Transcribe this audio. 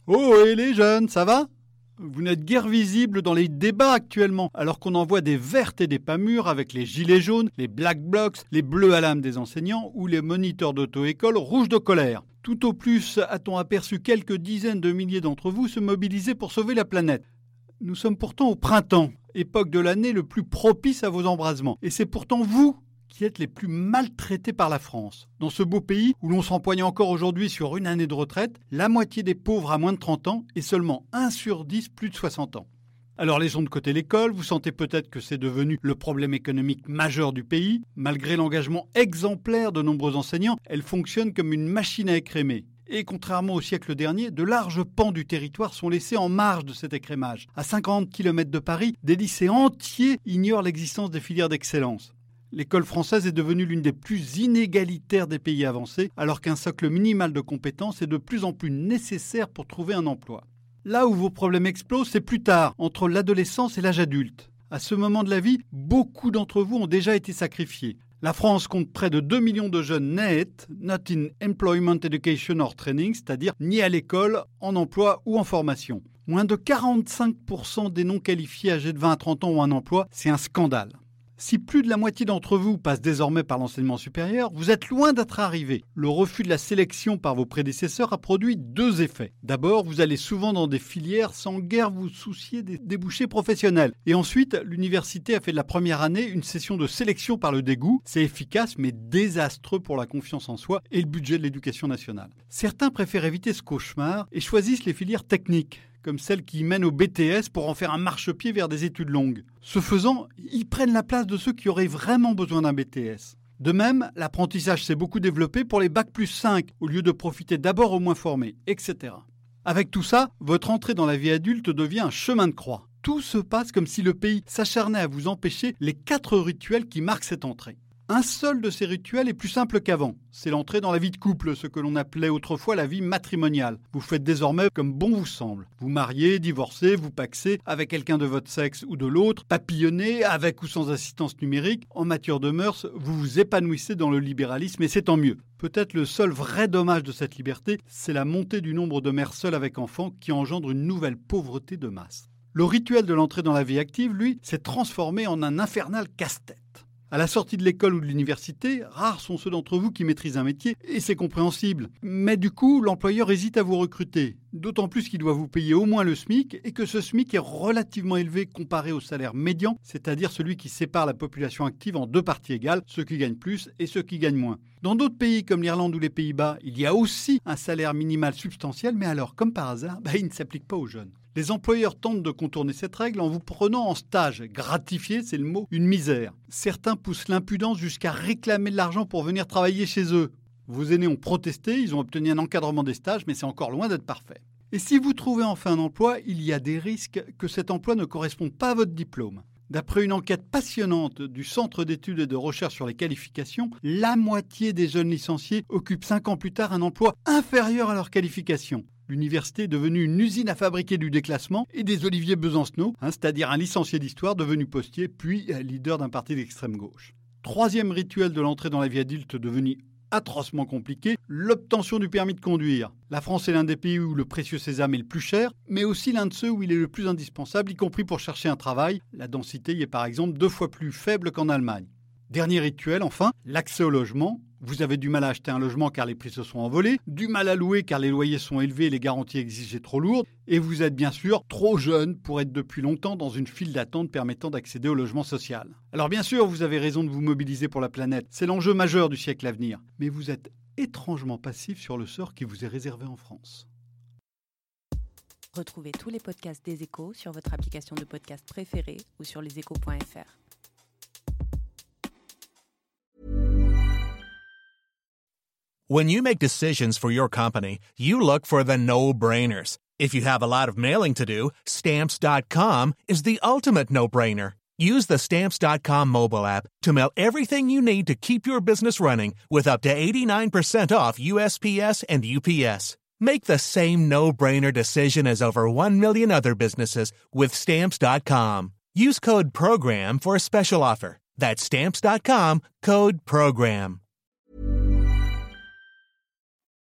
Oh, et les jeunes, ça va ? Vous n'êtes guère visibles dans les débats actuellement, alors qu'on en voit des vertes et des pas mûres avec les gilets jaunes, les black blocs, les bleus à l'âme des enseignants ou les moniteurs d'auto-école rouges de colère. Tout au plus a-t-on aperçu quelques dizaines de milliers d'entre vous se mobiliser pour sauver la planète. Nous sommes pourtant au printemps, époque de l'année le plus propice à vos embrasements. Et c'est pourtant vous qui êtes les plus maltraités par la France. Dans ce beau pays où l'on s'empoigne encore aujourd'hui sur une année de retraite, la moitié des pauvres a moins de 30 ans et seulement 1 sur 10 plus de 60 ans. Alors laissons de côté l'école, vous sentez peut-être que c'est devenu le problème économique majeur du pays. Malgré l'engagement exemplaire de nombreux enseignants, elle fonctionne comme une machine à écrémer. Et contrairement au siècle dernier, de larges pans du territoire sont laissés en marge de cet écrémage. À 50 km de Paris, des lycées entiers ignorent l'existence des filières d'excellence. L'école française est devenue l'une des plus inégalitaires des pays avancés, alors qu'un socle minimal de compétences est de plus en plus nécessaire pour trouver un emploi. Là où vos problèmes explosent, c'est plus tard, entre l'adolescence et l'âge adulte. À ce moment de la vie, beaucoup d'entre vous ont déjà été sacrifiés. La France compte près de 2 millions de jeunes NEET, Not in Employment Education or Training, c'est-à-dire ni à l'école, en emploi ou en formation. Moins de 45% des non-qualifiés âgés de 20 à 30 ans ont un emploi, c'est un scandale. Si plus de la moitié d'entre vous passe désormais par l'enseignement supérieur, vous êtes loin d'être arrivé. Le refus de la sélection par vos prédécesseurs a produit 2 effets. D'abord, vous allez souvent dans des filières sans guère vous soucier des débouchés professionnels. Et ensuite, l'université a fait de la première année une session de sélection par le dégoût. C'est efficace mais désastreux pour la confiance en soi et le budget de l'éducation nationale. Certains préfèrent éviter ce cauchemar et choisissent les filières techniques, comme celles qui mènent au BTS pour en faire un marchepied vers des études longues. Ce faisant, ils prennent la place de ceux qui auraient vraiment besoin d'un BTS. De même, l'apprentissage s'est beaucoup développé pour les Bac plus 5, au lieu de profiter d'abord aux moins formés, etc. Avec tout ça, votre entrée dans la vie adulte devient un chemin de croix. Tout se passe comme si le pays s'acharnait à vous empêcher les 4 rituels qui marquent cette entrée. Un seul de ces rituels est plus simple qu'avant. C'est l'entrée dans la vie de couple, ce que l'on appelait autrefois la vie matrimoniale. Vous faites désormais comme bon vous semble. Vous mariez, divorcez, vous pacsez avec quelqu'un de votre sexe ou de l'autre, papillonnez avec ou sans assistance numérique. En matière de mœurs, vous vous épanouissez dans le libéralisme et c'est tant mieux. Peut-être le seul vrai dommage de cette liberté, c'est la montée du nombre de mères seules avec enfants qui engendre une nouvelle pauvreté de masse. Le rituel de l'entrée dans la vie active, lui, s'est transformé en un infernal casse-tête. À la sortie de l'école ou de l'université, rares sont ceux d'entre vous qui maîtrisent un métier, et c'est compréhensible. Mais du coup, l'employeur hésite à vous recruter, d'autant plus qu'il doit vous payer au moins le SMIC, et que ce SMIC est relativement élevé comparé au salaire médian, c'est-à-dire celui qui sépare la population active en 2 parties égales, ceux qui gagnent plus et ceux qui gagnent moins. Dans d'autres pays comme l'Irlande ou les Pays-Bas, il y a aussi un salaire minimal substantiel, mais alors, comme par hasard, il ne s'applique pas aux jeunes. Les employeurs tentent de contourner cette règle en vous prenant en stage. Gratifié, c'est le mot, une misère. Certains poussent l'impudence jusqu'à réclamer de l'argent pour venir travailler chez eux. Vos aînés ont protesté, ils ont obtenu un encadrement des stages, mais c'est encore loin d'être parfait. Et si vous trouvez enfin un emploi, il y a des risques que cet emploi ne corresponde pas à votre diplôme. D'après une enquête passionnante du Centre d'études et de recherche sur les qualifications, la moitié des jeunes licenciés occupent 5 ans plus tard un emploi inférieur à leur qualification. L'université est devenue une usine à fabriquer du déclassement et des Olivier Besancenot, c'est-à-dire un licencié d'histoire devenu postier, puis leader d'un parti d'extrême gauche. 3e rituel de l'entrée dans la vie adulte devenu atrocement compliqué, l'obtention du permis de conduire. La France est l'un des pays où le précieux sésame est le plus cher, mais aussi l'un de ceux où il est le plus indispensable, y compris pour chercher un travail. La densité y est par exemple 2 fois plus faible qu'en Allemagne. Dernier rituel, enfin, l'accès au logement. Vous avez du mal à acheter un logement car les prix se sont envolés, du mal à louer car les loyers sont élevés et les garanties exigées trop lourdes, et vous êtes bien sûr trop jeune pour être depuis longtemps dans une file d'attente permettant d'accéder au logement social. Alors bien sûr, vous avez raison de vous mobiliser pour la planète, c'est l'enjeu majeur du siècle à venir, mais vous êtes étrangement passif sur le sort qui vous est réservé en France. Retrouvez tous les podcasts des Échos sur votre application de podcast préférée ou sur leséchos.fr. When you make decisions for your company, you look for the no-brainers. If you have a lot of mailing to do, Stamps.com is the ultimate no-brainer. Use the Stamps.com mobile app to mail everything you need to keep your business running with up to 89% off USPS and UPS. Make the same no-brainer decision as over 1 million other businesses with Stamps.com. Use code PROGRAM for a special offer. That's Stamps.com, code PROGRAM.